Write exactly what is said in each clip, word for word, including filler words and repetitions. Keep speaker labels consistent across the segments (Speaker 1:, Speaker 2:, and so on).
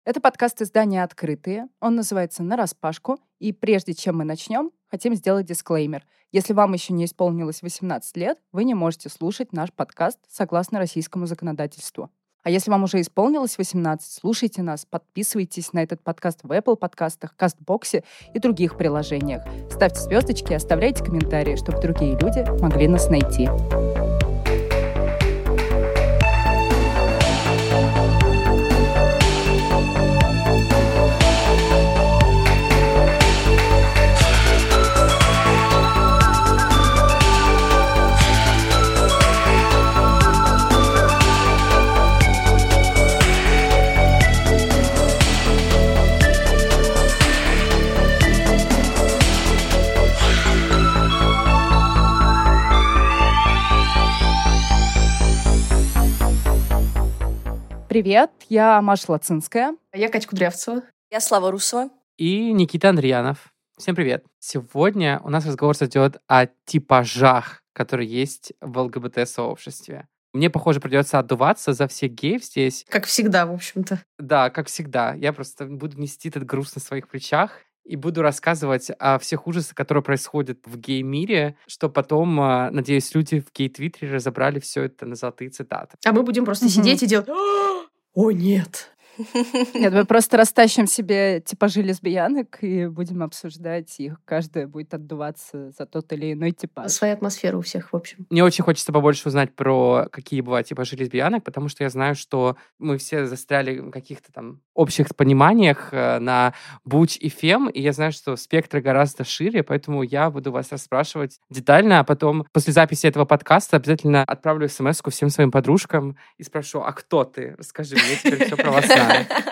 Speaker 1: Это подкаст издания «Открытые». Он называется «Нараспашку». И прежде чем мы начнем, хотим сделать дисклеймер. Если вам еще не исполнилось восемнадцать лет, вы не можете слушать наш подкаст согласно российскому законодательству. А если вам уже исполнилось восемнадцать, слушайте нас, подписывайтесь на этот подкаст в Apple подкастах, Кастбоксе и других приложениях. Ставьте звездочки и оставляйте комментарии, чтобы другие люди могли нас найти. Привет, я Маша Лацинская.
Speaker 2: Я Катя Кудрявцева.
Speaker 3: Я Слава Русова.
Speaker 4: И Никита Андреянов. Всем привет. Сегодня у нас разговор зайдет о типажах, которые есть в ЛГБТ-сообществе. Мне, похоже, придется отдуваться за всех геев здесь.
Speaker 2: Как всегда, в общем-то.
Speaker 4: Да, как всегда. Я просто буду нести этот груз на своих плечах и буду рассказывать о всех ужасах, которые происходят в гей-мире, что потом, надеюсь, люди в гей-твиттере разобрали все это на золотые цитаты.
Speaker 2: А мы будем просто mm-hmm. сидеть и делать «О, нет!»
Speaker 1: Нет, мы просто растащим себе типажи лесбиянок и будем обсуждать их. Каждая будет отдуваться за тот или иной типаж.
Speaker 2: Своя атмосфера у всех, в общем.
Speaker 4: Мне очень хочется побольше узнать про какие бывают типажи лесбиянок, потому что я знаю, что мы все застряли в каких-то там общих пониманиях на буч и фем, и я знаю, что спектры гораздо шире, поэтому я буду вас расспрашивать детально, а потом после записи этого подкаста обязательно отправлю смс-ку всем своим подружкам и спрошу: а кто ты? Расскажи мне, теперь все про вас знаю.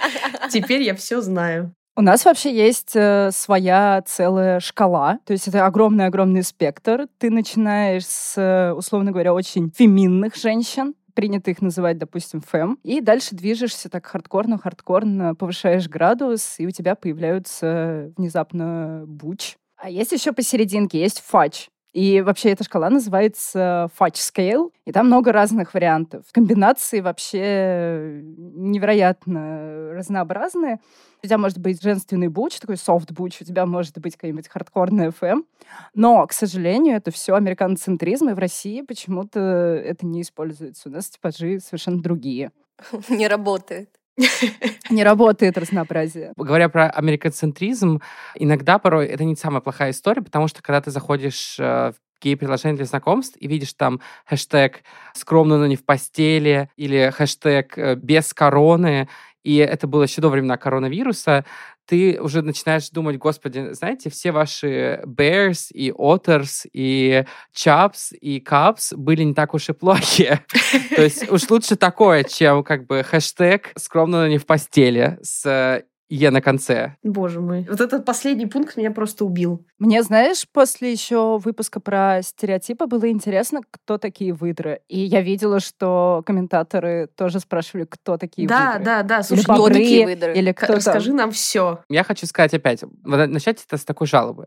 Speaker 2: Теперь я все знаю.
Speaker 1: У нас вообще есть э, своя целая шкала, то есть это огромный-огромный спектр. Ты начинаешь с, условно говоря, очень феминных женщин, принято их называть, допустим, фем, и дальше движешься так хардкорно-хардкорно, повышаешь градус, и у тебя появляются внезапно буч. А есть еще посерединке, есть фач. И вообще эта шкала называется Fudge Scale, и там много разных вариантов. Комбинации вообще невероятно разнообразные. У тебя может быть женственный буч, такой soft буч, у тебя может быть какая-нибудь хардкорная фэм. Но, к сожалению, это все американоцентризм, и в России почему-то это не используется. У нас типажи совершенно другие.
Speaker 3: Не работает.
Speaker 1: Не работает разнообразие.
Speaker 4: Говоря про америкоцентризм, иногда порой это не самая плохая история, потому что когда ты заходишь в гей-приложение для знакомств и видишь там хэштег «скромно, но не в постели» или хэштег «без короны», и это было еще до времена коронавируса, ты уже начинаешь думать: господи, знаете, все ваши bears и otters и chaps и cups были не так уж и плохи. То есть уж лучше такое, чем как бы хэштег «скромно, но не в постели» с «е» на конце.
Speaker 2: Боже мой. Вот этот последний пункт меня просто убил.
Speaker 1: Мне, знаешь, после еще выпуска про стереотипы было интересно, кто такие выдры. И я видела, что комментаторы тоже спрашивали, кто такие
Speaker 2: да,
Speaker 1: выдры.
Speaker 2: Да, да, да. Слушай,
Speaker 1: или бобры,
Speaker 3: кто такие выдры?
Speaker 1: Или кто
Speaker 2: Расскажи
Speaker 1: там.
Speaker 2: нам все.
Speaker 4: Я хочу сказать опять, начать это с такой жалобы.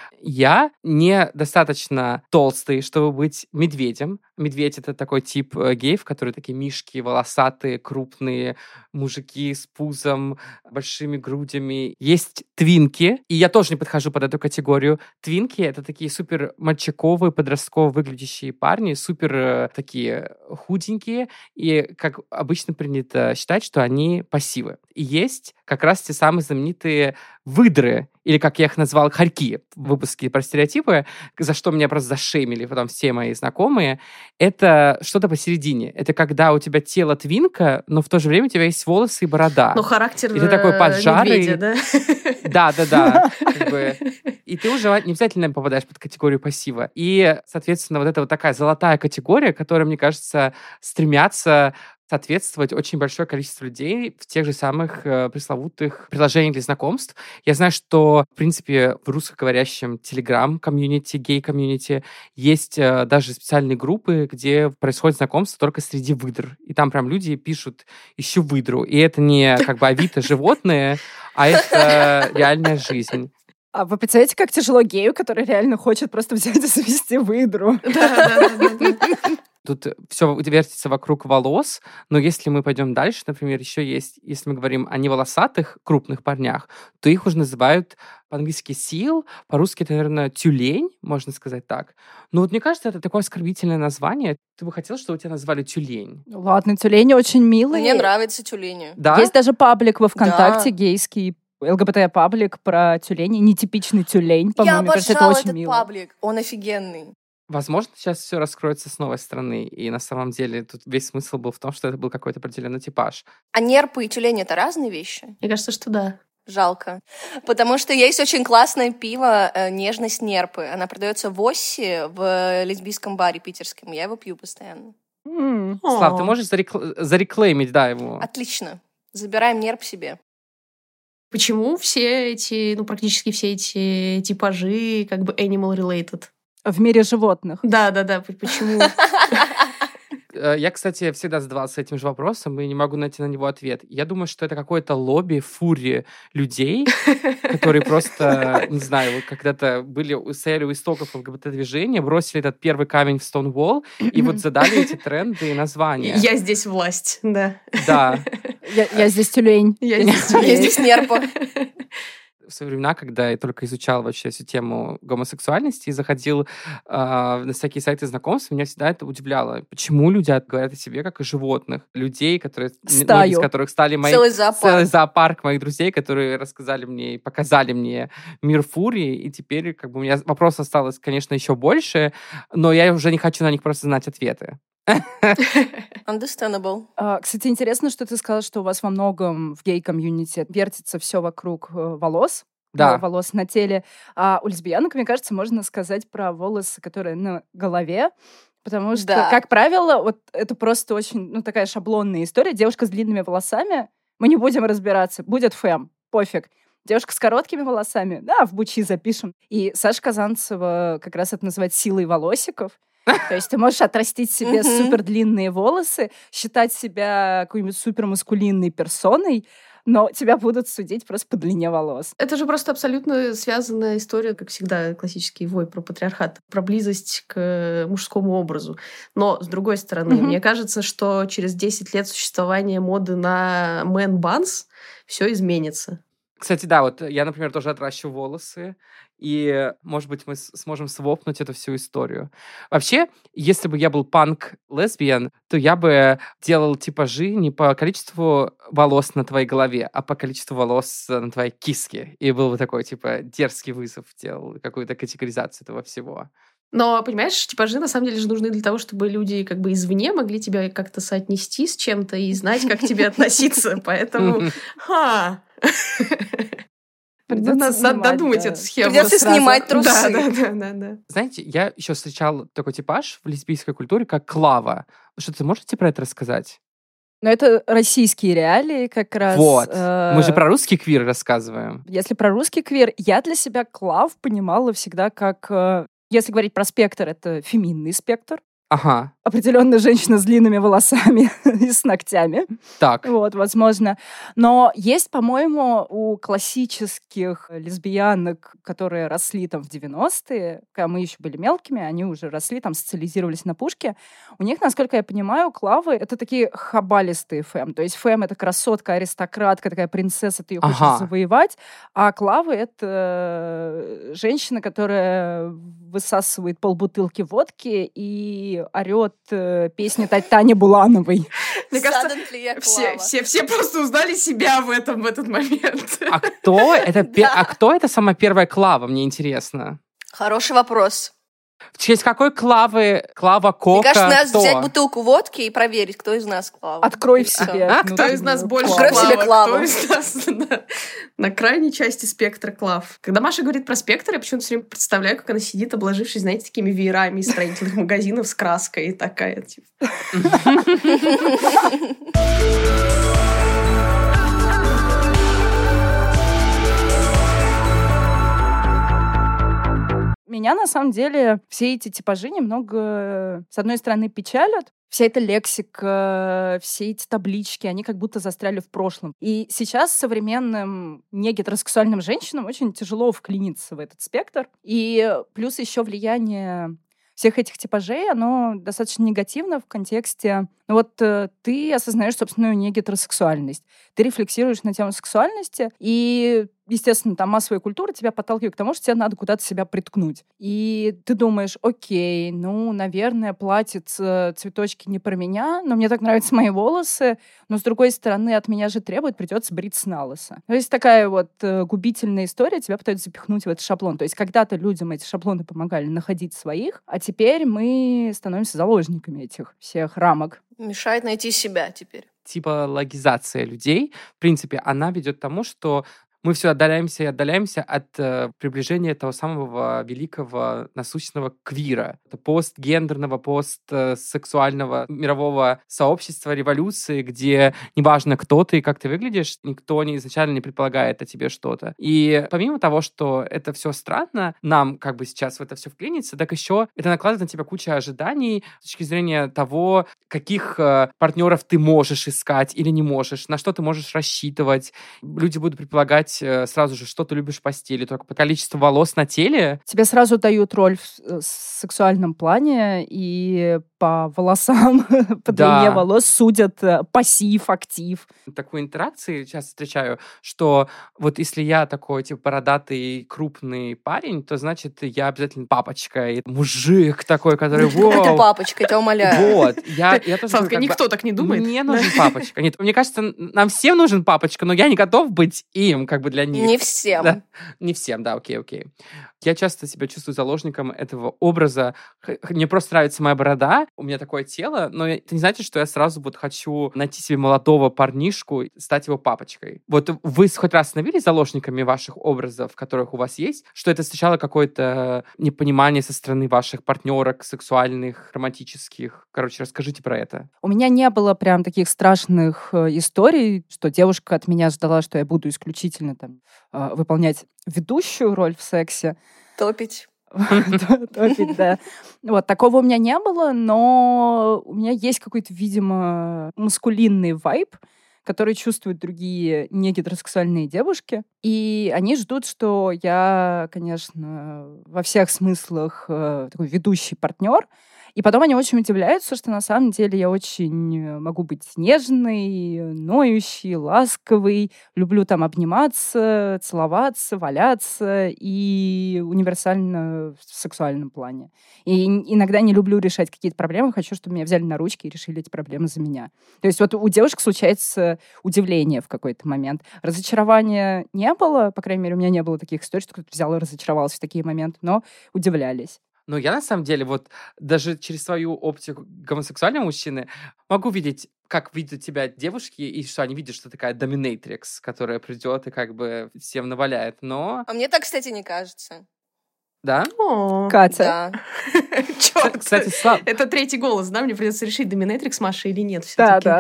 Speaker 4: Я недостаточно толстый, чтобы быть медведем. Медведь — это такой тип геев, которые такие мишки, волосатые, крупные, мужики с пузом, большими грудями. Есть твинки, и я тоже не подхожу под эту категорию. Твинки — это такие супер мальчиковые, подростково выглядящие парни, супер такие худенькие, и, как обычно принято считать, что они пассивы. И есть как раз те самые знаменитые выдры, или, как я их назвал, хорьки в выпуске про стереотипы, за что меня просто зашеймили потом все мои знакомые. Это что-то посередине. Это когда у тебя тело твинка, но в то же время у тебя есть волосы и борода.
Speaker 2: Но характер
Speaker 4: и ты такой поджарый.
Speaker 2: Медведя, да?
Speaker 4: Да, да, да. Как бы. И ты уже не обязательно попадаешь под категорию пассива. И, соответственно, вот это вот такая золотая категория, которая, мне кажется, стремятся соответствовать очень большое количество людей в тех же самых э, пресловутых приложениях для знакомств. Я знаю, что, в принципе, в русскоговорящем Telegram-комьюнити, гей-комьюнити есть э, даже специальные группы, где происходит знакомство только среди выдр. И там прям люди пишут «ищу выдру». И это не как бы Авито животные, а это реальная жизнь.
Speaker 1: А вы представляете, как тяжело гею, который реально хочет просто взять и завести выдру?
Speaker 2: Да-да-да.
Speaker 4: Тут все вертится вокруг волос, но если мы пойдем дальше, например, еще есть, если мы говорим о неволосатых крупных парнях, то их уже называют по-английски seal, по-русски это, наверное, тюлень, можно сказать так. Но вот мне кажется, это такое оскорбительное название. Ты бы хотел, чтобы тебя назвали тюлень?
Speaker 1: Ну ладно, тюлени очень милые.
Speaker 3: Мне нравятся тюлени.
Speaker 4: Да?
Speaker 1: Есть даже паблик во ВКонтакте
Speaker 3: Да.
Speaker 1: гейский, ЛГБТ-паблик про тюленей, нетипичный тюлень,
Speaker 3: Я
Speaker 1: по-моему, мне кажется, это
Speaker 3: обожала
Speaker 1: очень
Speaker 3: этот
Speaker 1: мило.
Speaker 3: паблик. Он офигенный.
Speaker 4: Возможно, сейчас все раскроется с новой стороны, и на самом деле тут весь смысл был в том, что это был какой-то определенный типаж.
Speaker 3: А нерпы и тюлени — это разные вещи?
Speaker 2: Мне кажется, что да.
Speaker 3: Жалко. Потому что есть очень классное пиво э, «Нежность нерпы». Она продается в Осси, в лесбийском баре питерском. Я его пью постоянно.
Speaker 1: М.
Speaker 4: Слав, ты
Speaker 2: О.
Speaker 4: можешь зарекл- зареклеймить, да, его?
Speaker 3: Отлично. Забираем нерп себе.
Speaker 2: Почему все эти, ну, практически все эти типажи как бы animal-related?
Speaker 1: В мире животных.
Speaker 2: Да-да-да, п- почему?
Speaker 4: Э, Я, кстати, всегда задавался этим же вопросом и не могу найти на него ответ. Я думаю, что это какое-то лобби, фури людей, которые просто, не знаю, вот когда-то были, у- стояли у истоков ЛГБТ-движения, бросили этот первый камень в Stonewall и вот задали эти тренды и названия.
Speaker 2: Я здесь власть, да.
Speaker 4: Да.
Speaker 1: Я, я здесь тюлень.
Speaker 2: Я здесь
Speaker 3: Я
Speaker 2: власть.
Speaker 3: здесь нерпа.
Speaker 4: В свои времена, когда я только изучал вообще всю тему гомосексуальности и заходил э, на всякие сайты знакомств, меня всегда это удивляло. Почему люди говорят о себе как о животных? Людей, которые,
Speaker 1: Стаю.
Speaker 4: многие из которых стали мои...
Speaker 3: Целый зоопарк.
Speaker 4: Целый зоопарк моих друзей, которые рассказали мне и показали мне мир фурии, и теперь как бы у меня вопросов осталось, конечно, еще больше, но я уже не хочу на них просто знать ответы.
Speaker 3: Understandable.
Speaker 1: А, Кстати, интересно, что ты сказала, что у вас во многом в гей-комьюнити вертится все вокруг э, волос.
Speaker 4: Да.
Speaker 1: э, волос на теле. А у лесбиянок, мне кажется, можно сказать про волосы, которые на голове. Потому что,
Speaker 3: Да.
Speaker 1: как правило, вот это просто очень, ну, такая шаблонная история. Девушка с длинными волосами, мы не будем разбираться, будет фэм, пофиг. Девушка с короткими волосами, да, в бучи запишем. И Саша Казанцева как раз это называет силой волосиков. То есть ты можешь отрастить себе
Speaker 3: Мгм.
Speaker 1: супер длинные волосы, считать себя какой-нибудь супермаскулинной персоной, но тебя будут судить просто по длине волос.
Speaker 2: Это же просто абсолютно связанная история, как всегда, классический вой про патриархат, про близость к мужскому образу. Но, с другой стороны,
Speaker 1: Мгм.
Speaker 2: мне кажется, что через десять лет существования моды на man buns все изменится.
Speaker 4: Кстати, да, вот я, например, тоже отращу волосы, и, может быть, мы с- сможем свопнуть эту всю историю. Вообще, если бы я был панк-лесбиян, то я бы делал типажи не по количеству волос на твоей голове, а по количеству волос э, на твоей киске. И был бы такой, типа, дерзкий вызов, делал какую-то категоризацию этого всего.
Speaker 2: Но, понимаешь, типажи на самом деле же нужны для того, чтобы люди как бы извне могли тебя как-то соотнести с чем-то и знать, как к тебе относиться. Поэтому... ха.
Speaker 1: Придётся
Speaker 2: Надо
Speaker 1: снимать,
Speaker 2: додумать
Speaker 1: да.
Speaker 2: эту схему.
Speaker 3: Придётся
Speaker 2: сразу.
Speaker 3: снимать трусы.
Speaker 2: Да, да, да, да, да.
Speaker 4: Знаете, я еще встречал такой типаж в лесбийской культуре, как клава. Что-то можете про это рассказать?
Speaker 1: Но это российские реалии как раз.
Speaker 4: Вот.
Speaker 1: э,
Speaker 4: Мы же про русский квир рассказываем.
Speaker 1: Если про русский квир, я для себя клав понимала всегда как... э, Если говорить про спектр, это феминный спектр.
Speaker 4: Ага,
Speaker 1: Определенная женщина с длинными волосами и с ногтями.
Speaker 4: так.
Speaker 1: Вот, возможно. Но есть, по-моему, у классических лесбиянок, которые росли там в девяностые, когда мы еще были мелкими, они уже росли, там социализировались на пушке. У них, насколько я понимаю, клавы — это такие хабалистые фэм. То есть фэм — это красотка, аристократка, такая принцесса, ты ее хочешь
Speaker 4: Ага.
Speaker 1: завоевать. А клавы — это женщина, которая высасывает полбутылки водки и орет э, песни Та- Тани Булановой.
Speaker 2: Мне кажется,
Speaker 3: Suddenly я
Speaker 2: все,
Speaker 3: Клава.
Speaker 2: все, все просто узнали себя в этом в этот момент.
Speaker 4: А кто это, пе-
Speaker 3: Да.
Speaker 4: а кто это самая первая Клава, мне интересно?
Speaker 3: Хороший вопрос.
Speaker 4: В честь какой Клавы? Клава Кока?
Speaker 3: Мне кажется, надо
Speaker 4: кто?
Speaker 3: взять бутылку водки и проверить, кто из нас Клава.
Speaker 1: Открой
Speaker 3: И
Speaker 1: в
Speaker 3: всё.
Speaker 1: себе.
Speaker 2: А
Speaker 1: Ну,
Speaker 2: кто
Speaker 1: ты
Speaker 2: из нас
Speaker 1: ну,
Speaker 2: больше
Speaker 1: клава.
Speaker 3: Открой в себе
Speaker 2: клава,
Speaker 3: клаву.
Speaker 2: кто из нас на, на крайней части спектра клав. Когда Маша говорит про спектр, я почему-то все время представляю, как она сидит, обложившись, знаете, такими веерами из строительных магазинов с краской и такая, типа...
Speaker 1: Меня, на самом деле, все эти типажи немного, с одной стороны, печалят. вся эта лексика, все эти таблички, они как будто застряли в прошлом. И сейчас современным негетеросексуальным женщинам очень тяжело вклиниться в этот спектр. И плюс еще влияние всех этих типажей, оно достаточно негативно в контексте... Ну вот э, ты осознаешь собственную негетеросексуальность, ты рефлексируешь на тему сексуальности, и, естественно, там массовая культура тебя подталкивает к тому, что тебе надо куда-то себя приткнуть. И ты думаешь, окей, ну, наверное, платьице, цветочки не про меня, но мне так нравятся мои волосы, но, с другой стороны, от меня же требует, придется бриться на лысо. То есть такая вот э, губительная история, тебя пытаются запихнуть в этот шаблон. То есть когда-то людям эти шаблоны помогали находить своих, а теперь мы становимся заложниками этих всех рамок.
Speaker 3: Мешает найти себя теперь.
Speaker 4: Типа логизация людей, в принципе, она ведет к тому, что мы все отдаляемся и отдаляемся от э, приближения того самого великого насущного квира, постгендерного, постсексуального мирового сообщества, революции, где неважно, кто ты и как ты выглядишь, никто не, изначально не предполагает о тебе что-то. И помимо того, что это все странно, нам как бы сейчас в это все вклиниться, так еще это накладывает на тебя кучу ожиданий с точки зрения того, каких э, партнеров ты можешь искать или не можешь, на что ты можешь рассчитывать. Люди будут предполагать сразу же, что ты любишь в постели, только по количеству волос на теле.
Speaker 1: Тебе сразу дают роль в сексуальном плане, и по волосам, по
Speaker 4: Да.
Speaker 1: длине волос судят пассив, актив.
Speaker 4: Такую интеракцию часто встречаю, что вот если я такой, типа, бородатый, крупный парень, то, значит, я обязательно папочка, и мужик такой, который...
Speaker 3: Какой ты папочка, я тебя умоляю.
Speaker 4: Вот. Я, я тоже
Speaker 2: Славка,
Speaker 4: как бы,
Speaker 2: никто так не думает.
Speaker 4: Мне нужен папочка. Нет, мне кажется, нам всем нужен папочка, но я не готов быть им, как бы для них.
Speaker 3: Не всем.
Speaker 4: Да. Не всем, да, окей, окей. Я часто себя чувствую заложником этого образа. Х- Мне просто нравится моя борода, у меня такое тело, но это не значит, что я сразу вот хочу найти себе молодого парнишку, и стать его папочкой. Вот вы хоть раз становились заложниками ваших образов, которых у вас есть, что это встречало какое-то непонимание со стороны ваших партнерок сексуальных, романтических? Короче, расскажите про это.
Speaker 1: У меня не было прям таких страшных э, историй, что девушка от меня ждала, что я буду исключительно там э, выполнять ведущую роль в сексе.
Speaker 3: Топить.
Speaker 1: Топить, да. Вот, такого у меня не было, но у меня есть какой-то, видимо, маскулинный вайб, который чувствуют другие негетеросексуальные девушки. И они ждут, что я, конечно, во всех смыслах э, такой ведущий партнер. И потом они очень удивляются, что на самом деле я очень могу быть нежной, ноющей, ласковой, люблю там обниматься, целоваться, валяться и универсально в сексуальном плане. И иногда не люблю решать какие-то проблемы, хочу, чтобы меня взяли на ручки и решили эти проблемы за меня. То есть вот у девушек случается удивление в какой-то момент. Разочарования не было, по крайней мере, у меня не было таких историй, что кто-то взял и разочаровался в такие моменты, но удивлялись.
Speaker 4: Но я, на самом деле, вот даже через свою оптику гомосексуального мужчины могу видеть, как видят тебя девушки, и что они видят, что такая доминатрикс, которая придет и как бы всем наваляет. Но...
Speaker 3: А мне так, кстати, не кажется.
Speaker 4: Да?
Speaker 2: О,
Speaker 1: Катя.
Speaker 3: Да.
Speaker 2: Чёрт.
Speaker 4: Кстати, Слав...
Speaker 2: Это третий голос, да? Мне придется решить, доминатрикс Маша или нет
Speaker 1: Да,
Speaker 2: все-таки.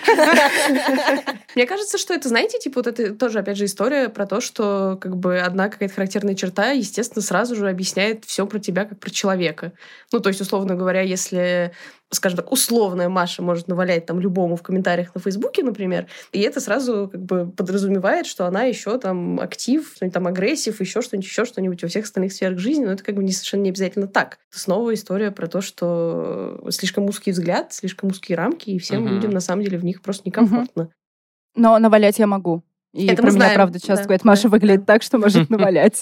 Speaker 1: да.
Speaker 2: Мне кажется, что это, знаете, типа вот это тоже, опять же, история про то, что как бы одна какая-то характерная черта, естественно, сразу же объясняет все про тебя как про человека. Ну, то есть, условно говоря, если, скажем так, условная Маша может навалять там любому в комментариях на Фейсбуке, например, и это сразу как бы подразумевает, что она еще там актив, что-нибудь там агрессив, еще что-нибудь, еще что-нибудь во всех остальных сферах жизни, но это как бы не, совершенно не обязательно так. Это снова история про то, что слишком узкий взгляд, слишком узкие рамки, и всем
Speaker 4: Мгм.
Speaker 2: людям на самом деле в них просто некомфортно.
Speaker 1: Но навалять я могу. И
Speaker 2: Это
Speaker 1: про
Speaker 2: мы
Speaker 1: меня,
Speaker 2: знаем,
Speaker 1: правда, часто
Speaker 2: да,
Speaker 1: говорят, Маша
Speaker 2: да,
Speaker 1: выглядит
Speaker 2: да.
Speaker 1: так, что может навалять.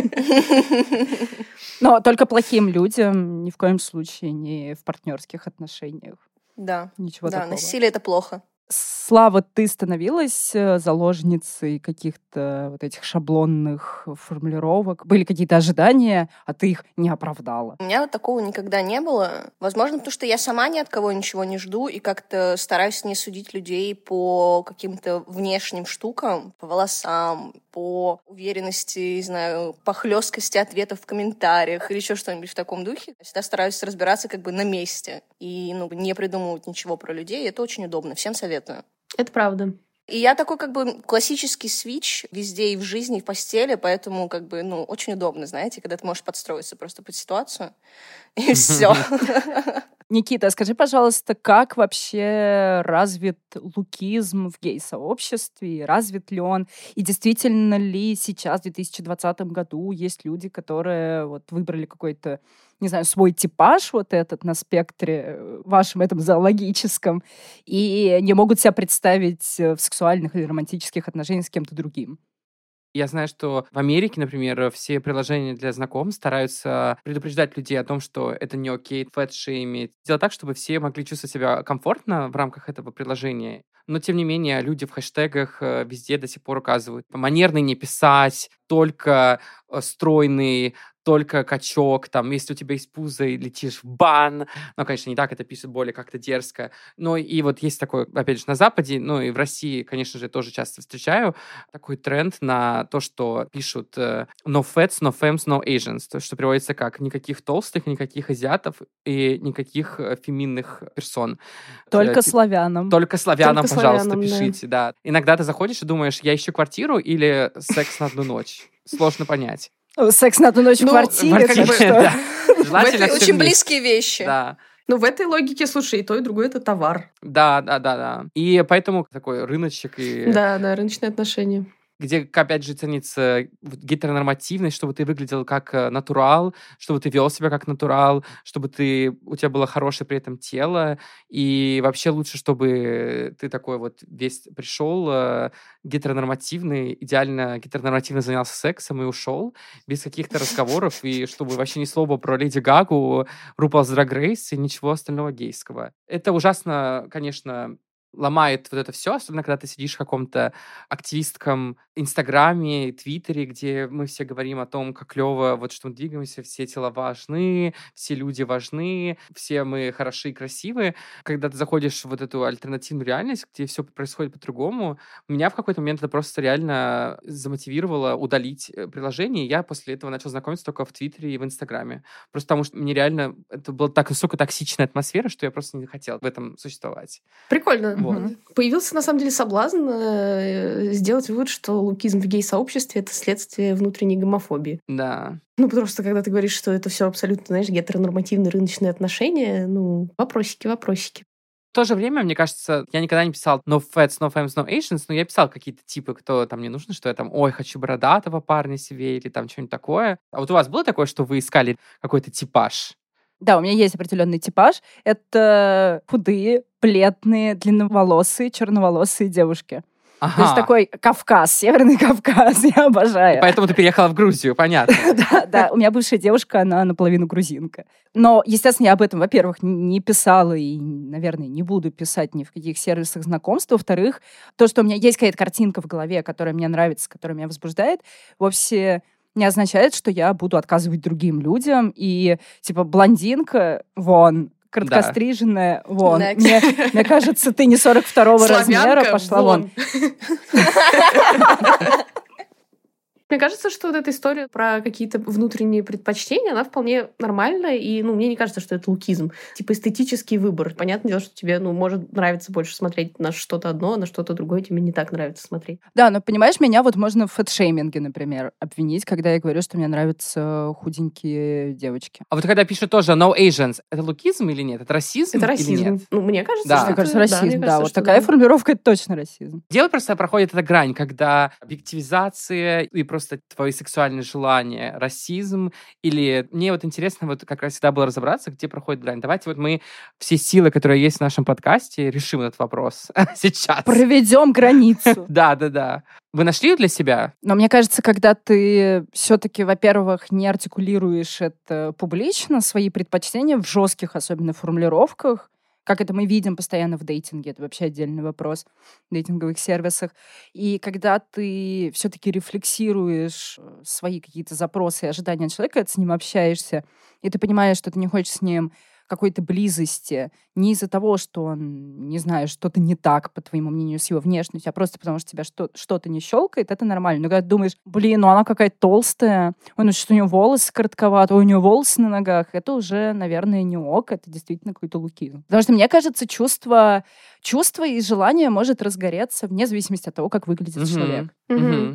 Speaker 1: Но только плохим людям, ни в коем случае не в партнерских отношениях.
Speaker 3: Да.
Speaker 1: Ничего
Speaker 3: Да,
Speaker 1: такого.
Speaker 3: насилие — это плохо.
Speaker 1: Слава, ты становилась э, заложницей каких-то вот этих шаблонных формулировок? Были какие-то ожидания, а ты их не оправдала?
Speaker 3: У меня вот такого никогда не было. Возможно, потому что я сама ни от кого ничего не жду и как-то стараюсь не судить людей по каким-то внешним штукам, по волосам, по уверенности, не знаю, по хлесткости ответов в комментариях или еще что-нибудь в таком духе. Я всегда стараюсь разбираться как бы на месте и ну, не придумывать ничего про людей. Это очень удобно. Всем советую.
Speaker 2: Это правда.
Speaker 3: И я такой как бы классический свич везде и в жизни, и в постели, поэтому как бы, ну, очень удобно, знаете, когда ты можешь подстроиться просто под ситуацию. и все.
Speaker 1: Никита, скажи, пожалуйста, как вообще развит лукизм в гей-сообществе? Развит ли он? И действительно ли сейчас, в две тысячи двадцатом году, есть люди, которые вот выбрали какой-то, не знаю, свой типаж вот этот на спектре вашем этом зоологическом и не могут себя представить в сексуальных или романтических отношениях с кем-то другим?
Speaker 4: Я знаю, что в Америке, например, все приложения для знакомств стараются предупреждать людей о том, что это не окей, фэт-шеймить. Делать так, чтобы все могли чувствовать себя комфортно в рамках этого приложения. Но, тем не менее, люди в хэштегах везде до сих пор указывают: манерный не писать, только стройный, только качок, там, если у тебя есть пузо и летишь в бан. Ну, конечно, не так, это пишет более как-то дерзко. Но и вот есть такой, опять же, на Западе, ну и в России, конечно же, тоже часто встречаю такой тренд на то, что пишут no fats, no femmes, no Asians, то есть что переводится как никаких толстых, никаких азиатов и никаких феминных персон.
Speaker 1: Только славянам.
Speaker 4: Только славянам,
Speaker 2: Только
Speaker 4: пожалуйста,
Speaker 2: славянам,
Speaker 4: пишите, да. да. Иногда ты заходишь и думаешь, я ищу квартиру или секс на одну ночь. Сложно понять.
Speaker 1: Секс на одну ночь в
Speaker 2: Ну,
Speaker 1: квартире.
Speaker 4: Как
Speaker 1: так
Speaker 4: бы,
Speaker 1: что-
Speaker 4: да. Желательно
Speaker 3: Это
Speaker 4: всё
Speaker 3: очень
Speaker 4: вместе.
Speaker 3: близкие вещи.
Speaker 4: Да.
Speaker 2: Ну, в этой логике, слушай, и то, и другое — это товар.
Speaker 4: Да, да, да, да. И поэтому такой рыночек, и
Speaker 2: Да, да, рыночные отношения.
Speaker 4: где, опять же, ценится вот гетеронормативность, чтобы ты выглядел как э, натурал, чтобы ты вел себя как натурал, чтобы ты, у тебя было хорошее при этом тело, и вообще лучше, чтобы ты такой вот весь пришел э, гетеронормативный, идеально гетеронормативно занялся сексом и ушел без каких-то разговоров, и чтобы вообще ни слова про Леди Гагу, RuPaul's Drag Race и ничего остального гейского. Это ужасно, конечно, ломает вот это все, особенно когда ты сидишь в каком-то активистском Инстаграме, Твиттере, где мы все говорим о том, как клево, вот что мы двигаемся, все тела важны, все люди важны, все мы хороши и красивы. Когда ты заходишь в вот эту альтернативную реальность, где все происходит по-другому, меня в какой-то момент это просто реально замотивировало удалить э, приложение, и я после этого начал знакомиться только в Твиттере и в Инстаграме. Просто потому что мне реально это была так высокая токсичная атмосфера, что я просто не хотел в этом существовать.
Speaker 2: Прикольно.
Speaker 4: Вот.
Speaker 1: Мгм.
Speaker 2: Появился, на самом деле, соблазн э, сделать вывод, что лукизм в гей-сообществе — это следствие внутренней гомофобии.
Speaker 4: Да.
Speaker 2: Ну, потому что, когда ты говоришь, что это все абсолютно, знаешь, гетеронормативные рыночные отношения, ну, вопросики, вопросики.
Speaker 4: В то же время, мне кажется, я никогда не писал no fats, no femmes, no Asians, но я писал какие-то типы, кто там мне нужно, что я там, ой, хочу бородатого парня себе или там что-нибудь такое. А вот у вас было такое, что вы искали какой-то типаж?
Speaker 1: Да, у меня есть определенный типаж. Это худые, бледные, длинноволосые, черноволосые девушки. То есть
Speaker 4: Ага.
Speaker 1: такой Кавказ, Северный Кавказ, я
Speaker 4: И
Speaker 1: обожаю.
Speaker 4: поэтому ты переехала в Грузию, понятно.
Speaker 1: Да, да, у меня бывшая девушка, она наполовину грузинка. Но, естественно, я об этом, во-первых, не писала и, наверное, не буду писать ни в каких сервисах знакомств. Во-вторых, то, что у меня есть какая-то картинка в голове, которая мне нравится, которая меня возбуждает, вовсе не означает, что я буду отказывать другим людям. И, типа, блондинка, вон, короткостриженная, вон.
Speaker 3: Next.
Speaker 1: Мне, мне кажется, ты не сорок второго размера,
Speaker 2: Славянка,
Speaker 1: пошла вон.
Speaker 2: Мне кажется, что вот эта история про какие-то внутренние предпочтения, она вполне нормальная, и, ну, мне не кажется, что это лукизм. Типа эстетический выбор. Понятное дело, что тебе, ну, может нравиться больше смотреть на что-то одно, а на что-то другое тебе не так нравится смотреть.
Speaker 1: Да, но, понимаешь, меня вот можно в фэтшейминге, например, обвинить, когда я говорю, что мне нравятся худенькие девочки.
Speaker 4: А вот когда пишут тоже no Asians, это лукизм или нет? Это расизм
Speaker 2: Это
Speaker 4: или
Speaker 2: расизм.
Speaker 4: нет?
Speaker 2: Ну, мне кажется,
Speaker 4: Да.
Speaker 2: что
Speaker 1: Мне
Speaker 2: это-
Speaker 1: кажется,
Speaker 2: да,
Speaker 1: расизм,
Speaker 2: мне
Speaker 1: да.
Speaker 2: кажется,
Speaker 1: Вот
Speaker 2: что
Speaker 1: такая
Speaker 2: да.
Speaker 1: формулировка — это точно расизм.
Speaker 4: Где просто проходит эта грань, когда объективизация и просто твои сексуальные желания, расизм, или мне вот интересно вот как раз всегда было разобраться, где проходит грань. Давайте вот мы все силы, которые есть в нашем подкасте, решим этот вопрос сейчас.
Speaker 1: Проведем границу.
Speaker 4: Да, да, да. Вы нашли ее для себя?
Speaker 1: Но мне кажется, когда ты все-таки, во-первых, не артикулируешь это публично, свои предпочтения в жестких, особенно формулировках, как это мы видим постоянно в дейтинге, это вообще отдельный вопрос, в дейтинговых сервисах. И когда ты все-таки рефлексируешь свои какие-то запросы и ожидания от человека, ты с ним общаешься, и ты понимаешь, что ты не хочешь с ним какой-то близости не из-за того, что он, не знаю, что-то не так, по твоему мнению, с его внешностью, а просто потому, что тебя что- что-то не щелкает, это нормально. Но когда ты думаешь, блин, ну она какая-то толстая, ой, ну что у нее волосы коротковаты, ой, у нее волосы на ногах, это уже, наверное, не ок, это действительно какой-то лукизм. Потому что, мне кажется, чувство, чувство и желание может разгореться вне зависимости от того, как выглядит
Speaker 4: Мгм.
Speaker 1: человек.
Speaker 2: Мгм.
Speaker 4: Мгм.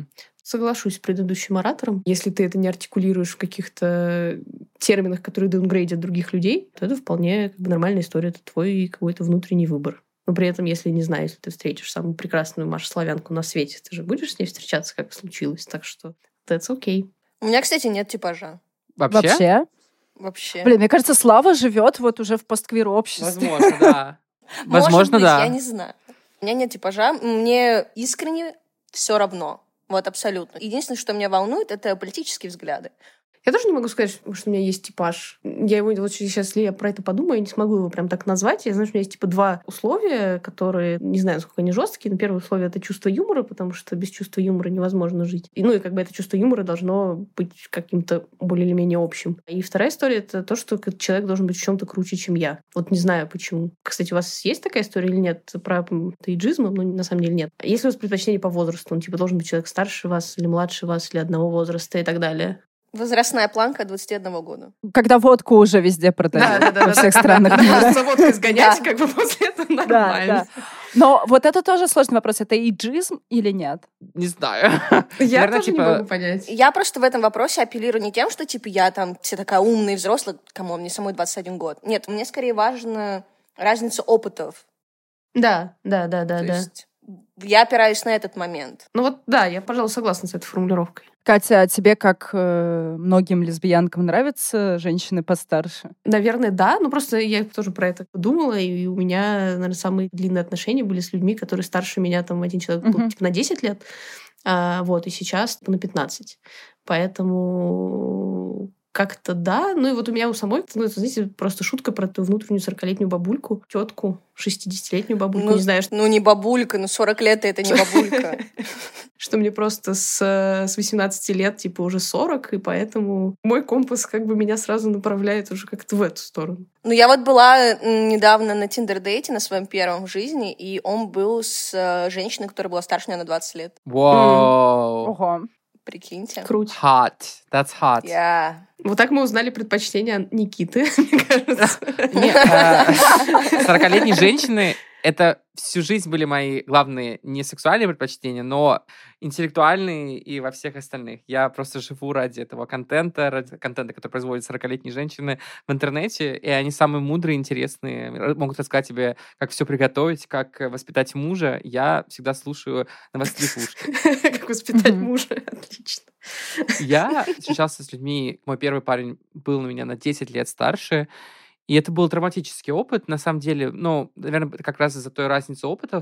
Speaker 2: Соглашусь с предыдущим оратором. Если ты это не артикулируешь в каких-то терминах, которые даунгрейдят других людей, то это вполне как бы нормальная история. Это твой какой-то внутренний выбор. Но при этом, если, не знаю, если ты встретишь самую прекрасную Машу-славянку на свете, ты же будешь с ней встречаться, как случилось. Так что that's okay.
Speaker 3: У меня, кстати, нет типажа.
Speaker 4: Вообще?
Speaker 1: Вообще?
Speaker 3: Вообще.
Speaker 1: Блин, мне кажется, Слава живет вот уже в постквир-обществе.
Speaker 4: Возможно, да.
Speaker 3: Может
Speaker 4: Возможно,
Speaker 3: быть,
Speaker 4: да.
Speaker 3: я не знаю. У меня нет типажа. Мне искренне все равно. Вот абсолютно. Единственное, что меня волнует, это политические взгляды.
Speaker 2: Я тоже не могу сказать, что у меня есть типаж. Я его вот сейчас, если я про это подумаю, я не смогу его прям так назвать. Я знаю, что у меня есть типа два условия, которые, не знаю, насколько они жесткие, но первое условие — это чувство юмора, потому что без чувства юмора невозможно жить. И, ну и как бы это чувство юмора должно быть каким-то более или менее общим. И вторая история — это то, что человек должен быть в чем-то круче, чем я. Вот не знаю почему. Кстати, у вас есть такая история или нет про эйджизм? Ну, на самом деле нет. Есть ли у вас предпочтение по возрасту? Он типа должен быть человек старше вас или младше вас, или одного возраста и так далее?
Speaker 3: Возрастная планка двадцати одного года.
Speaker 1: Когда водку уже везде продают во всех странах мира.
Speaker 2: За водкой сгонять, как бы после этого нормально.
Speaker 1: Но вот это тоже сложный вопрос. Это эйджизм или нет?
Speaker 4: Не знаю.
Speaker 2: Я
Speaker 4: Наверное,
Speaker 2: тоже не
Speaker 4: типа-
Speaker 2: могу понять.
Speaker 3: Я просто в этом вопросе апеллирую не тем, что типа я там вся такая умная и взрослая, кому мне самой двадцать один год. Нет, мне скорее важна разница опытов.
Speaker 2: Да, да, да, да,
Speaker 3: То
Speaker 2: да.
Speaker 3: есть я опираюсь на этот момент.
Speaker 2: Ну вот, да, я, пожалуй, согласна с этой формулировкой.
Speaker 1: Катя, а тебе, как э, многим лесбиянкам, нравятся женщины постарше?
Speaker 2: Наверное, да. Ну, просто я тоже про это подумала, и у меня, наверное, самые длинные отношения были с людьми, которые старше меня, там, один человек был,
Speaker 1: Мгм.
Speaker 2: типа, на десять лет, а, вот, и сейчас на пятнадцать. Поэтому как-то да. Ну, и вот у меня у самой, ну, это, знаете, просто шутка про ту внутреннюю сорокалетнюю бабульку, тетку, шестидесятилетнюю бабульку,
Speaker 3: Ну,
Speaker 2: не знаю, что,
Speaker 3: Ну, не бабулька, ну сорок лет это не бабулька.
Speaker 2: что мне просто с, с восемнадцати лет, типа, уже сорок, и поэтому мой компас как бы меня сразу направляет уже как-то в эту сторону.
Speaker 3: Ну, я вот была м, недавно на Тиндер-дейте, на своем первом в жизни, и он был с э, женщиной, которая была старше меня на двадцать лет.
Speaker 4: Вау.
Speaker 1: Ого.
Speaker 3: Прикиньте.
Speaker 2: Круть.
Speaker 4: Hot. That's hot.
Speaker 3: Я...
Speaker 2: Вот так мы узнали предпочтения Никиты, мне кажется.
Speaker 4: Не, э, сорокалетние женщины — это всю жизнь были мои главные не сексуальные предпочтения, но интеллектуальные и во всех остальных. Я просто живу ради этого контента, ради контента, который производят сорокалетние женщины в интернете, и они самые мудрые, интересные, могут рассказать тебе, как все приготовить, как воспитать мужа. Я всегда слушаю навострив ушки.
Speaker 2: Как воспитать
Speaker 1: Мгм.
Speaker 2: мужа. Отлично.
Speaker 4: Я встречался с людьми, мой первый парень был на меня на десять лет старше, и это был травматический опыт, на самом деле, ну, наверное, как раз из-за той разницы опытов,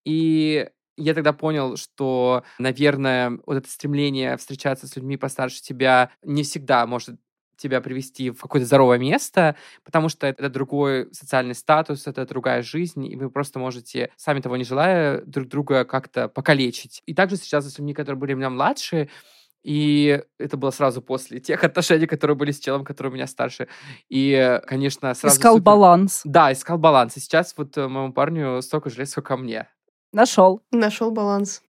Speaker 4: и я тогда понял, что, наверное, вот это стремление встречаться с людьми постарше тебя не всегда может тебя привести в какое-то здоровое место, потому что это другой социальный статус, это другая жизнь, и вы просто можете, сами того не желая, друг друга как-то покалечить. И также встречался с людьми, которые были у меня младше, и это было сразу после тех отношений, которые были с челом, который у меня старше. И, конечно, сразу...
Speaker 1: Искал
Speaker 4: супер-
Speaker 1: баланс.
Speaker 4: Да, искал баланс. И сейчас вот э, моему парню столько же лет, сколько мне.
Speaker 1: Нашел.
Speaker 2: Нашел баланс.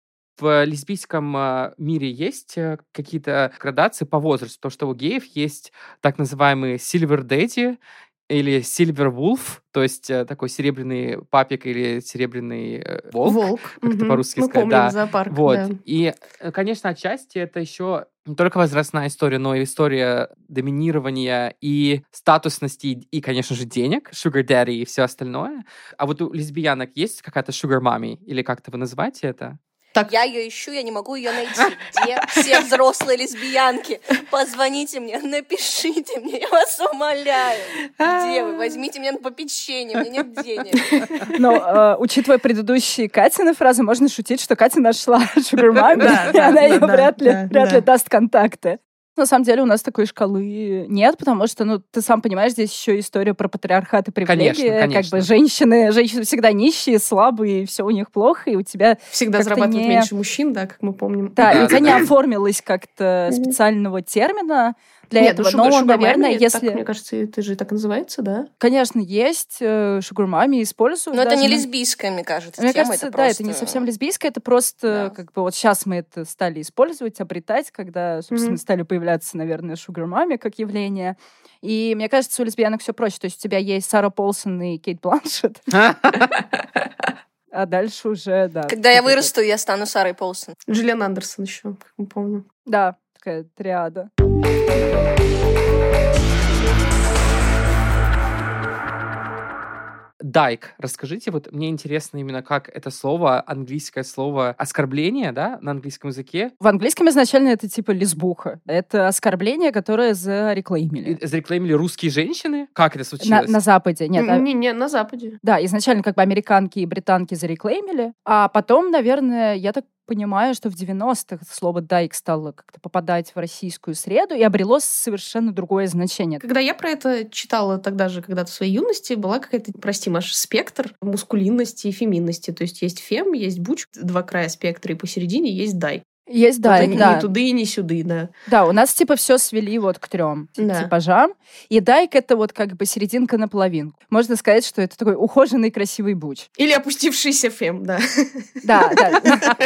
Speaker 4: В лесбийском э, мире есть э, какие-то градации по возрасту, потому что у геев есть так называемый silver daddy или silver wolf, то есть э, такой серебряный папик или серебряный э, волк.
Speaker 2: Волк.
Speaker 4: как это
Speaker 2: Мгм.
Speaker 4: по-русски
Speaker 2: Мы
Speaker 4: сказать,
Speaker 2: помним
Speaker 4: да.
Speaker 2: зоопарк,
Speaker 4: Вот.
Speaker 2: да.
Speaker 4: И, э, конечно, отчасти это еще не только возрастная история, но и история доминирования и статусности, и, и, конечно же, денег, sugar daddy и все остальное. А вот у лесбиянок есть какая-то sugar mommy? Или как-то вы называете это?
Speaker 2: Так.
Speaker 3: Я ее ищу, я не могу ее найти. Где все взрослые лесбиянки? Позвоните мне, напишите мне, я вас умоляю. Где вы? Возьмите меня на попечение, у меня нет денег.
Speaker 1: Но, э, учитывая предыдущие Катины фразы, можно шутить, что Катя нашла Sugar Mommy,
Speaker 2: Да,
Speaker 1: и
Speaker 2: да,
Speaker 1: она
Speaker 2: да,
Speaker 1: ей
Speaker 2: да,
Speaker 1: вряд ли
Speaker 2: да,
Speaker 1: вряд
Speaker 2: да.
Speaker 1: ли даст контакты. На самом деле у нас такой шкалы нет, потому что, ну, ты сам понимаешь, здесь еще история про патриархат и привилегии.
Speaker 4: Конечно, конечно.
Speaker 1: Как бы женщины, женщины всегда нищие, слабые, и все у них плохо, и у тебя...
Speaker 2: Всегда
Speaker 1: как-то
Speaker 2: зарабатывают
Speaker 1: не-
Speaker 2: меньше мужчин, да, как мы помним.
Speaker 1: Да, и
Speaker 4: Да,
Speaker 1: у тебя
Speaker 4: да,
Speaker 1: не
Speaker 4: да.
Speaker 1: оформилось как-то специального термина для
Speaker 2: Нет,
Speaker 1: этого.
Speaker 2: ну,
Speaker 1: Но,
Speaker 2: sugar- sugar
Speaker 1: наверное,
Speaker 2: mommy,
Speaker 1: если...
Speaker 2: так, мне кажется, это же так и называется, да?
Speaker 1: Конечно, есть, э, Sugar Mommy используют.
Speaker 3: Но это
Speaker 1: даже,
Speaker 3: не
Speaker 1: ну,
Speaker 3: лесбийская, мне кажется,
Speaker 1: Мне
Speaker 3: тема.
Speaker 1: кажется,
Speaker 3: это
Speaker 1: да,
Speaker 3: просто...
Speaker 1: это не совсем лесбийское, это просто,
Speaker 3: Да.
Speaker 1: как бы, вот сейчас мы это стали использовать, обретать, когда, собственно,
Speaker 2: Мгм.
Speaker 1: стали появляться, наверное, Sugar Mommy как явление. И мне кажется, у лесбиянок все проще. То есть у тебя есть Сара Полсон и Кейт Бланшетт. А дальше уже, да.
Speaker 3: Когда я вырасту, я стану Сарой Полсон.
Speaker 2: Джиллиан Андерсон еще, как мы помним.
Speaker 1: Да, такая триада.
Speaker 4: Дайк. Расскажите, вот мне интересно именно, как это слово, английское слово оскорбление, да, на английском языке.
Speaker 1: В английском изначально это типа лесбуха. Это оскорбление, которое зарекламили.
Speaker 4: И зарекламили русские женщины? Как это случилось?
Speaker 1: На, на Западе. Нет, а...
Speaker 2: Не, не, на Западе.
Speaker 1: Да, изначально как бы американки и британки зарекламили, а потом, наверное, я так понимаю, что в девяностых слово «дайк» стало как-то попадать в российскую среду и обрело совершенно другое значение.
Speaker 2: Когда я про это читала тогда же, когда-то в своей юности, была какая-то, прости, Маш, спектр мускулинности и феминности. То есть есть фем, есть буч, два края спектра, и посередине есть дайк.
Speaker 1: Есть дайк,
Speaker 2: вот
Speaker 1: да.
Speaker 2: Ни туды, ни сюды, да.
Speaker 1: Да, у нас типа все свели вот к трем
Speaker 2: да.
Speaker 1: типажам. И дайк — это вот как бы серединка на половинку. Можно сказать, что это такой ухоженный красивый буч.
Speaker 2: Или опустившийся фем, да.
Speaker 1: Да, да.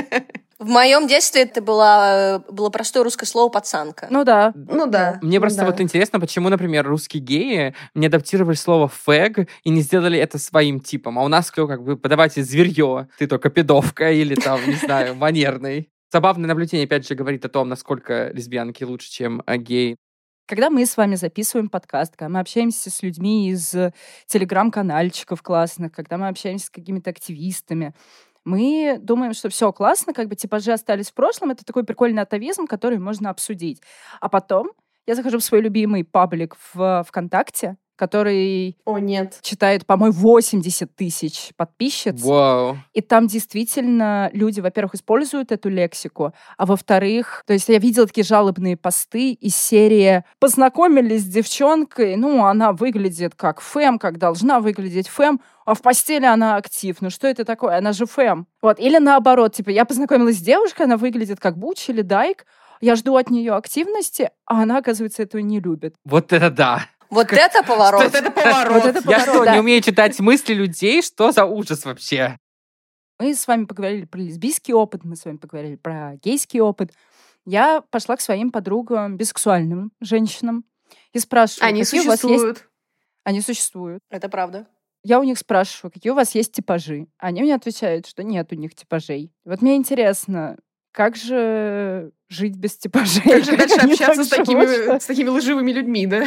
Speaker 3: В моем детстве это было, было простое русское слово «пацанка».
Speaker 1: Ну да.
Speaker 2: Ну да.
Speaker 4: Мне просто
Speaker 2: да.
Speaker 4: вот интересно, почему, например, русские геи не адаптировали слово «фэг» и не сделали это своим типом. А у нас как бы подавайте зверье, ты только педовка или там, не знаю, манерный. Забавное наблюдение, опять же, говорит о том, насколько лесбиянки лучше, чем геи.
Speaker 1: Когда мы с вами записываем подкаст, когда мы общаемся с людьми из телеграм-канальчиков классных, когда мы общаемся с какими-то активистами, мы думаем, что все классно, как бы типажи остались в прошлом, это такой прикольный атовизм, который можно обсудить. А потом я захожу в свой любимый паблик в ВКонтакте, который
Speaker 2: О, нет.
Speaker 1: читает, по-моему, восемьдесят тысяч подписчиц.
Speaker 4: Вау.
Speaker 1: И там действительно люди, во-первых, используют эту лексику, а во-вторых, то есть я видела такие жалобные посты из серии «Познакомились с девчонкой, ну, она выглядит как фэм, как должна выглядеть фэм, а в постели она актив. Ну, что это такое? Она же фэм». Вот. Или наоборот, типа, я познакомилась с девушкой, она выглядит как буч или дайк, я жду от нее активности, а она, оказывается, этого не любит.
Speaker 4: Вот это да.
Speaker 3: Вот это поворот.
Speaker 2: Вот это поворот.
Speaker 1: Вот это
Speaker 4: Я
Speaker 1: поворот,
Speaker 4: что,
Speaker 1: да.
Speaker 4: не умею читать мысли людей? Что за ужас вообще?
Speaker 1: Мы с вами поговорили про лесбийский опыт, мы с вами поговорили про гейский опыт. Я пошла к своим подругам, бисексуальным женщинам, и спрашиваю,
Speaker 2: Они
Speaker 1: какие у вас есть...
Speaker 2: существуют.
Speaker 1: Они существуют.
Speaker 3: Это правда.
Speaker 1: Я у них спрашиваю, какие у вас есть типажи. Они мне отвечают, что нет у них типажей. Вот мне интересно, как же жить без типажей?
Speaker 2: Как же дальше
Speaker 1: они
Speaker 2: общаться
Speaker 1: так
Speaker 2: с такими,
Speaker 1: живут,
Speaker 2: с такими лживыми людьми, да?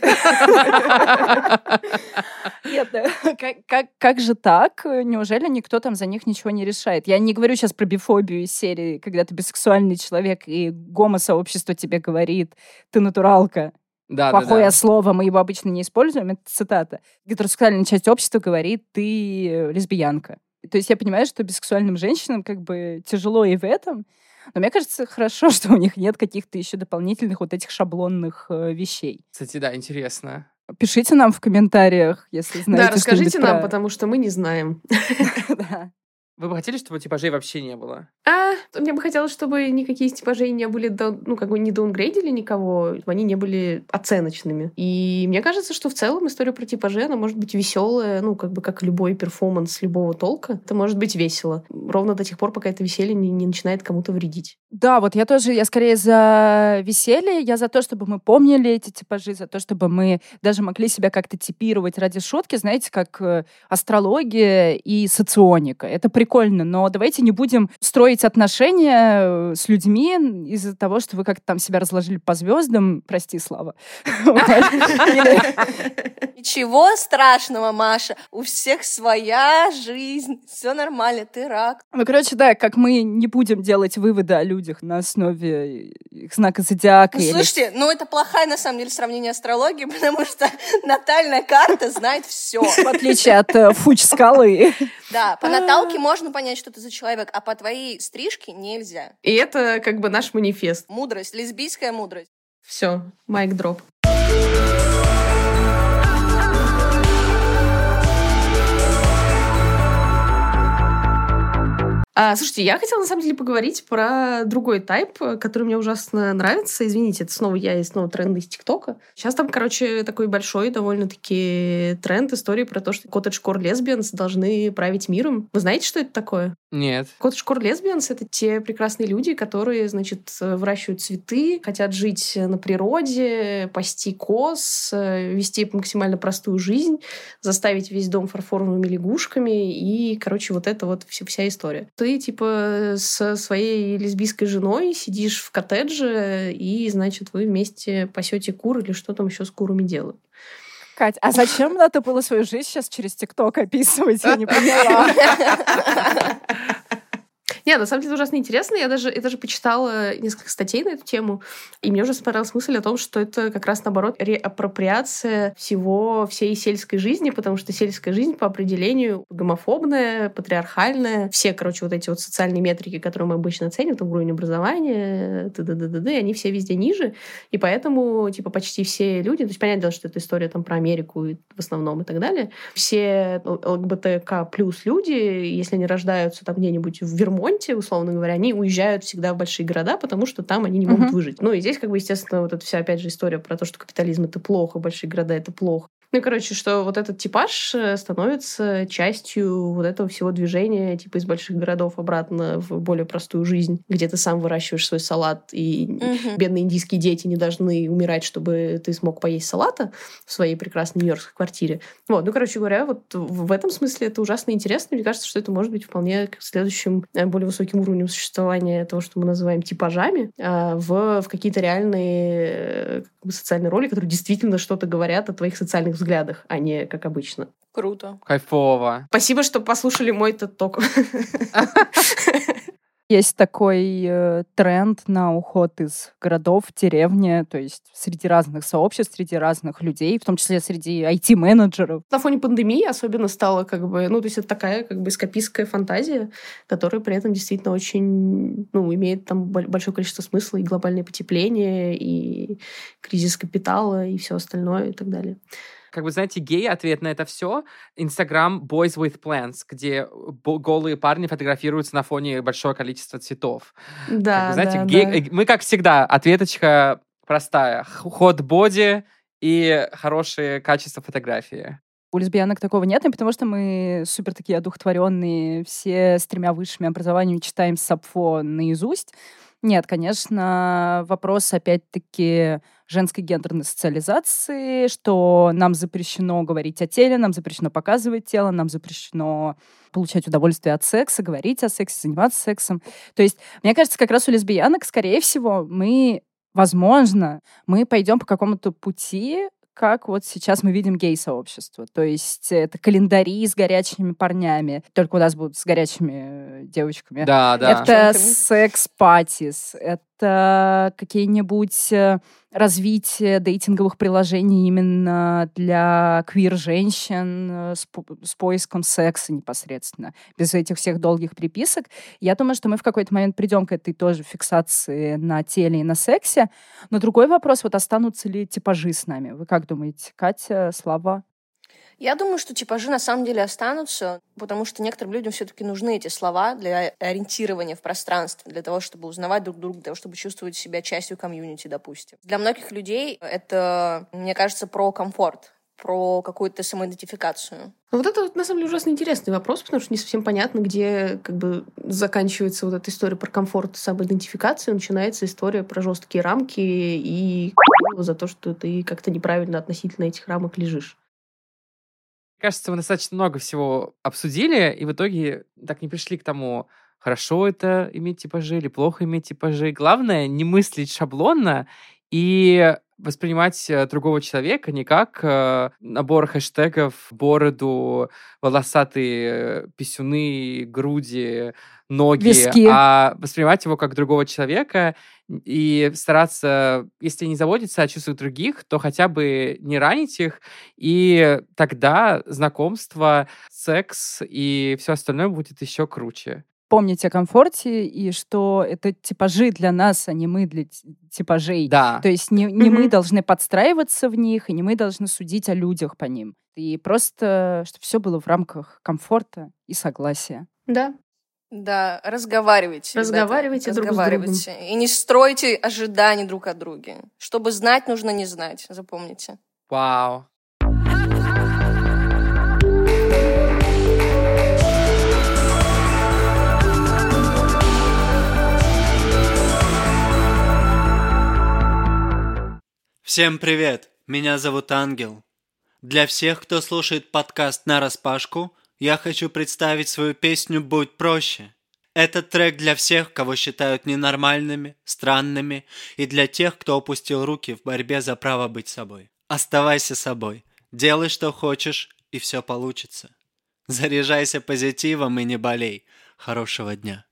Speaker 1: Нет, да. как, как, как же так? Неужели никто там за них ничего не решает? Я не говорю сейчас про бифобию из серии, когда ты бисексуальный человек, и гомо-сообщество тебе говорит, ты натуралка.
Speaker 4: Да,
Speaker 1: Плохое
Speaker 4: да, да.
Speaker 1: слово, мы его обычно не используем, это цитата. Гетеросексуальная часть общества говорит, ты лесбиянка. То есть я понимаю, что бисексуальным женщинам как бы тяжело и в этом, но мне кажется, хорошо, что у них нет каких-то еще дополнительных вот этих шаблонных э, вещей.
Speaker 4: Кстати, да, интересно.
Speaker 1: Пишите нам в комментариях, если знаете
Speaker 2: Да, расскажите
Speaker 1: что-нибудь
Speaker 2: нам,
Speaker 1: про-
Speaker 2: потому что мы не знаем.
Speaker 1: Да.
Speaker 4: Вы бы хотели, чтобы типажей вообще не было?
Speaker 2: А, мне бы хотелось, чтобы никакие типажей не были, даун- ну, как бы не даунгрейдили никого, чтобы они не были оценочными. И мне кажется, что в целом история про типажи, она может быть веселая, ну, как бы как любой перформанс любого толка. Это может быть весело. Ровно до тех пор, пока это веселье не, не начинает кому-то вредить.
Speaker 1: Да, вот я тоже, я скорее за веселье, я за то, чтобы мы помнили эти типажи, за то, чтобы мы даже могли себя как-то типировать ради шутки, знаете, как э, астрология и соционика. Это прикольно, но давайте не будем строить отношения э, с людьми из-за того, что вы как-то там себя разложили по звездам. Прости, Слава.
Speaker 3: Ничего страшного, Маша. У всех своя жизнь. Все нормально, ты рак.
Speaker 1: Ну, короче, да, как мы не будем делать выводы о людях на основе их знака зодиака.
Speaker 3: Ну,
Speaker 1: или-
Speaker 3: слушайте, ну это плохая на самом деле сравнение астрологии, потому что натальная карта знает все.
Speaker 1: В отличие от э, фуч-скалы.
Speaker 3: Да, по наталке можно понять, что ты за человек, а по твоей стрижке нельзя.
Speaker 2: И это как бы наш манифест.
Speaker 3: Мудрость, лесбийская мудрость.
Speaker 2: Все, майк дроп. А, слушайте, я хотела, на самом деле, поговорить про другой тайп, который мне ужасно нравится. Извините, это снова я и снова тренды из ТикТока. Сейчас там, короче, такой большой довольно-таки тренд истории про то, что коттедж-кор лесбиянс должны править миром. Вы знаете, что это такое?
Speaker 4: Нет.
Speaker 2: Коттедж-кор лесбиянс — это те прекрасные люди, которые, значит, выращивают цветы, хотят жить на природе, пасти коз, вести максимально простую жизнь, заставить весь дом фарфоровыми лягушками и, короче, вот это вот вся, вся история. Ты, типа, со своей лесбийской женой сидишь в коттедже, и, значит, вы вместе пасете кур или что там еще с курами делают.
Speaker 1: Кать, а зачем надо было свою жизнь сейчас через ТикТок описывать? Я не поняла.
Speaker 2: Не, на самом деле, это ужасно интересно. Я даже, я даже почитала несколько статей на эту тему, и мне уже понравилась мысль о том, что это как раз, наоборот, реапроприация всего, всей сельской жизни, потому что сельская жизнь по определению гомофобная, патриархальная. Все, короче, вот эти вот социальные метрики, которые мы обычно ценим, там, уровень образования, т.д. они все везде ниже, и поэтому, типа, почти все люди, то есть, понятное дело, что это история там про Америку в основном и так далее, все ЛГБТК плюс люди, если они рождаются там где-нибудь в Вермонте, условно говоря, они уезжают всегда в большие города, потому что там они не могут uh-huh. выжить. Ну и здесь, как бы, естественно, вот эта вся, опять же, история про то, что капитализм — это плохо, большие города — это плохо. Ну и, короче, что вот этот типаж становится частью вот этого всего движения, типа, из больших городов обратно в более простую жизнь, где ты сам выращиваешь свой салат, и uh-huh. бедные индийские дети не должны умирать, чтобы ты смог поесть салата в своей прекрасной нью-йоркской квартире. Вот, ну, короче говоря, вот в этом смысле это ужасно интересно. Мне кажется, что это может быть вполне следующим более высоким уровнем существования того, что мы называем типажами, в, в какие-то реальные как бы, социальные роли, которые действительно что-то говорят о твоих социальных взглядах, а не как обычно.
Speaker 3: Круто.
Speaker 4: Кайфово.
Speaker 2: Спасибо, что послушали мой тед-ток.
Speaker 1: Есть такой э, тренд на уход из городов в деревни, то есть среди разных сообществ, среди разных людей, в том числе среди ай ти-менеджеров.
Speaker 2: На фоне пандемии особенно стало как бы, ну, то есть это такая как бы эскапистская фантазия, которая при этом действительно очень, ну, имеет там большое количество смысла, и глобальное потепление, и кризис капитала, и все остальное, и так далее.
Speaker 4: Как бы, знаете, гей ответ на это все Instagram Boys with Plants, где голые парни фотографируются на фоне большого количества цветов.
Speaker 2: Да,
Speaker 4: как бы, знаете,
Speaker 2: да,
Speaker 4: гей...
Speaker 2: да.
Speaker 4: Мы, как всегда, ответочка простая. Хот-боди и хорошее качество фотографии.
Speaker 1: У лесбиянок такого нет, потому что мы супер такие одухотворенные, все с тремя высшими образованиями читаем Сапфо наизусть. Нет, конечно, вопрос, опять-таки, женской гендерной социализации, что нам запрещено говорить о теле, нам запрещено показывать тело, нам запрещено получать удовольствие от секса, говорить о сексе, заниматься сексом. То есть, мне кажется, как раз у лесбиянок, скорее всего, мы, возможно, мы пойдем по какому-то пути, как вот сейчас мы видим гей-сообщество. То есть это календари с горячими парнями. Только у нас будут с горячими девочками.
Speaker 4: Да, да.
Speaker 1: Это секс-патис. Это какие-нибудь развитие дейтинговых приложений именно для квир-женщин с, по- с поиском секса непосредственно. Без этих всех долгих приписок. Я думаю, что мы в какой-то момент придем к этой тоже фиксации на теле и на сексе. Но другой вопрос, вот останутся ли типажи с нами? Вы как думаете, Катя, Слава?
Speaker 3: Я думаю, что типажи на самом деле останутся, потому что некоторым людям все-таки нужны эти слова для ориентирования в пространстве, для того, чтобы узнавать друг друга, для того, чтобы чувствовать себя частью комьюнити, допустим. Для многих людей это, мне кажется, про комфорт, про какую-то самоидентификацию.
Speaker 2: Ну, вот это, на самом деле, ужасно интересный вопрос, потому что не совсем понятно, где как бы заканчивается вот эта история про комфорт и самоидентификацию, начинается история про жесткие рамки и за то, что ты как-то неправильно относительно этих рамок лежишь.
Speaker 4: Кажется, мы достаточно много всего обсудили, и в итоге так не пришли к тому, хорошо это иметь типажи или плохо иметь типажи. Главное, не мыслить шаблонно и воспринимать другого человека не как э, набор хэштегов, бороду, волосатые писюны, груди, ноги,
Speaker 1: Виски.
Speaker 4: А воспринимать его как другого человека и стараться, если не заботиться о чувствах других, то хотя бы не ранить их, и тогда знакомство, секс и все остальное будет еще круче.
Speaker 1: Помнить о комфорте, и что это типажи для нас, а не мы для типажей.
Speaker 4: Да.
Speaker 1: То есть не, не
Speaker 2: Мгм.
Speaker 1: мы должны подстраиваться в них, и не мы должны судить о людях по ним. И просто, чтобы все было в рамках комфорта и согласия.
Speaker 2: Да.
Speaker 3: Да, разговаривайте.
Speaker 2: Разговаривайте
Speaker 3: ребята,
Speaker 2: друг с другом.
Speaker 3: разговаривайте. И не стройте ожиданий друг от друга. Чтобы знать, нужно не знать. Запомните.
Speaker 4: Вау.
Speaker 5: Всем привет! Меня зовут Ангел. Для всех, кто слушает подкаст нараспашку, я хочу представить свою песню «Будь проще». Этот трек для всех, кого считают ненормальными, странными, и для тех, кто опустил руки в борьбе за право быть собой. Оставайся собой, делай, что хочешь, и все получится. Заряжайся позитивом и не болей. Хорошего дня.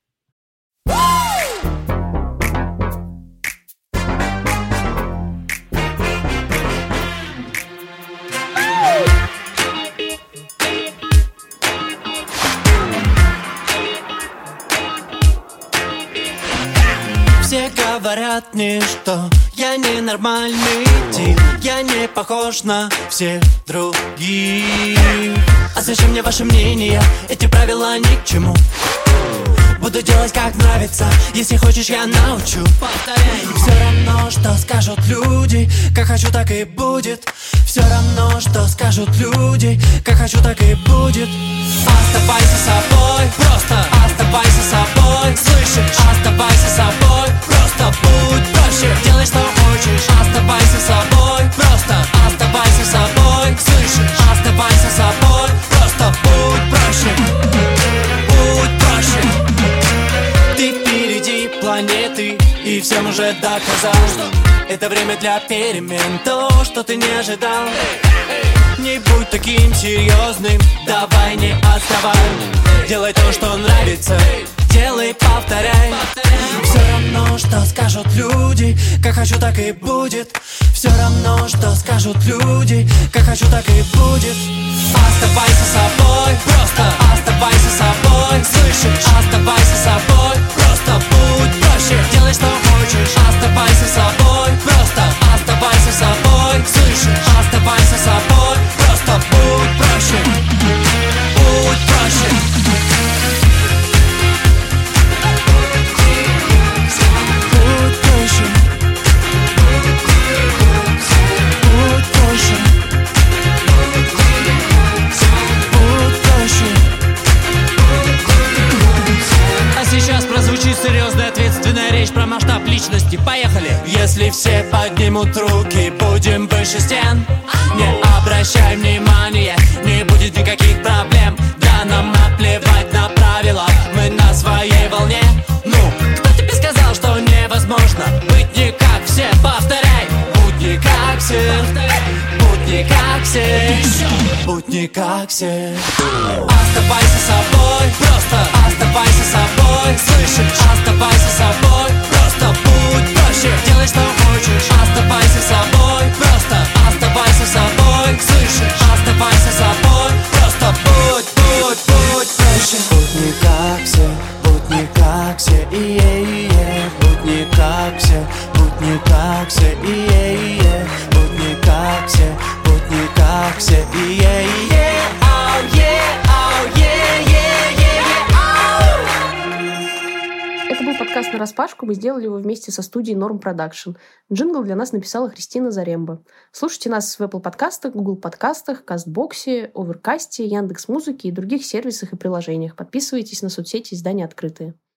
Speaker 6: Все говорят мне, что я ненормальный тип, я не похож на всех других. А зачем мне ваше мнение? Эти правила ни к чему. Буду делать как нравится, если хочешь я научу. Повторяй. Все равно, что скажут люди, как хочу так и будет. Все равно, что скажут люди, как хочу так и будет. Оставайся собой, просто оставайся собой. Слышишь? Оставайся собой, просто будь проще. Делай, что хочешь, оставайся собой. Просто оставайся собой. Слышишь? Оставайся собой, просто будь проще. Будь проще. Ты впереди планеты и всем уже доказал, что это время для перемен. То, что ты не ожидал. Не будь таким серьезным, давай не отставай. Делай то, что нравится, делай, повторяй. Все равно, что скажут люди, как хочу, так и будет. Все равно, что скажут люди, как хочу, так и будет. Оставайся собой, просто оставайся собой. Слышишь? Оставайся собой, просто будь проще. Делай, что хочешь, оставайся собой. Просто оставайся собой. Слышишь? Оставайся собой, просто будь проще. Будь проще. Будь проще. Будь проще. Будь проще. А сейчас прозвучит серьезная ответственная речь про масштаб личности. Поехали! Если все поднимут руки, будем выше стен. Не обращай внимания, не будет никаких проблем. Да нам наплевать на правила, мы на своей волне. Ну, кто тебе сказал, что невозможно быть не как все? Повторяй! Будь не как все, будь не как все, будь не как все. Оставайся собой, просто оставайся собой. Слышишь? Оставайся собой, просто будь проще. Делай, что хочешь, оставайся собой. Просто оставайся собой. Слышишь? Оставайся собой, просто будь, будь, будь проще. Будь не как все, будь не как все, и-е-е. Будь не как все, будь не как все, и-е-е. Будь не как все, будь не как все, и-е-е. Ау, е, ау, е, е, е, е, ау.
Speaker 2: Это был подкаст «Нараспашку». Мы сделали его вместе со студией Norm Production. Джингл для нас написала Христина Заремба. Слушайте нас в Apple подкастах, Google подкастах, Кастбоксе, Оверкасте, Яндекс.Музыке и других сервисах и приложениях. Подписывайтесь на соцсети издания «Открытые».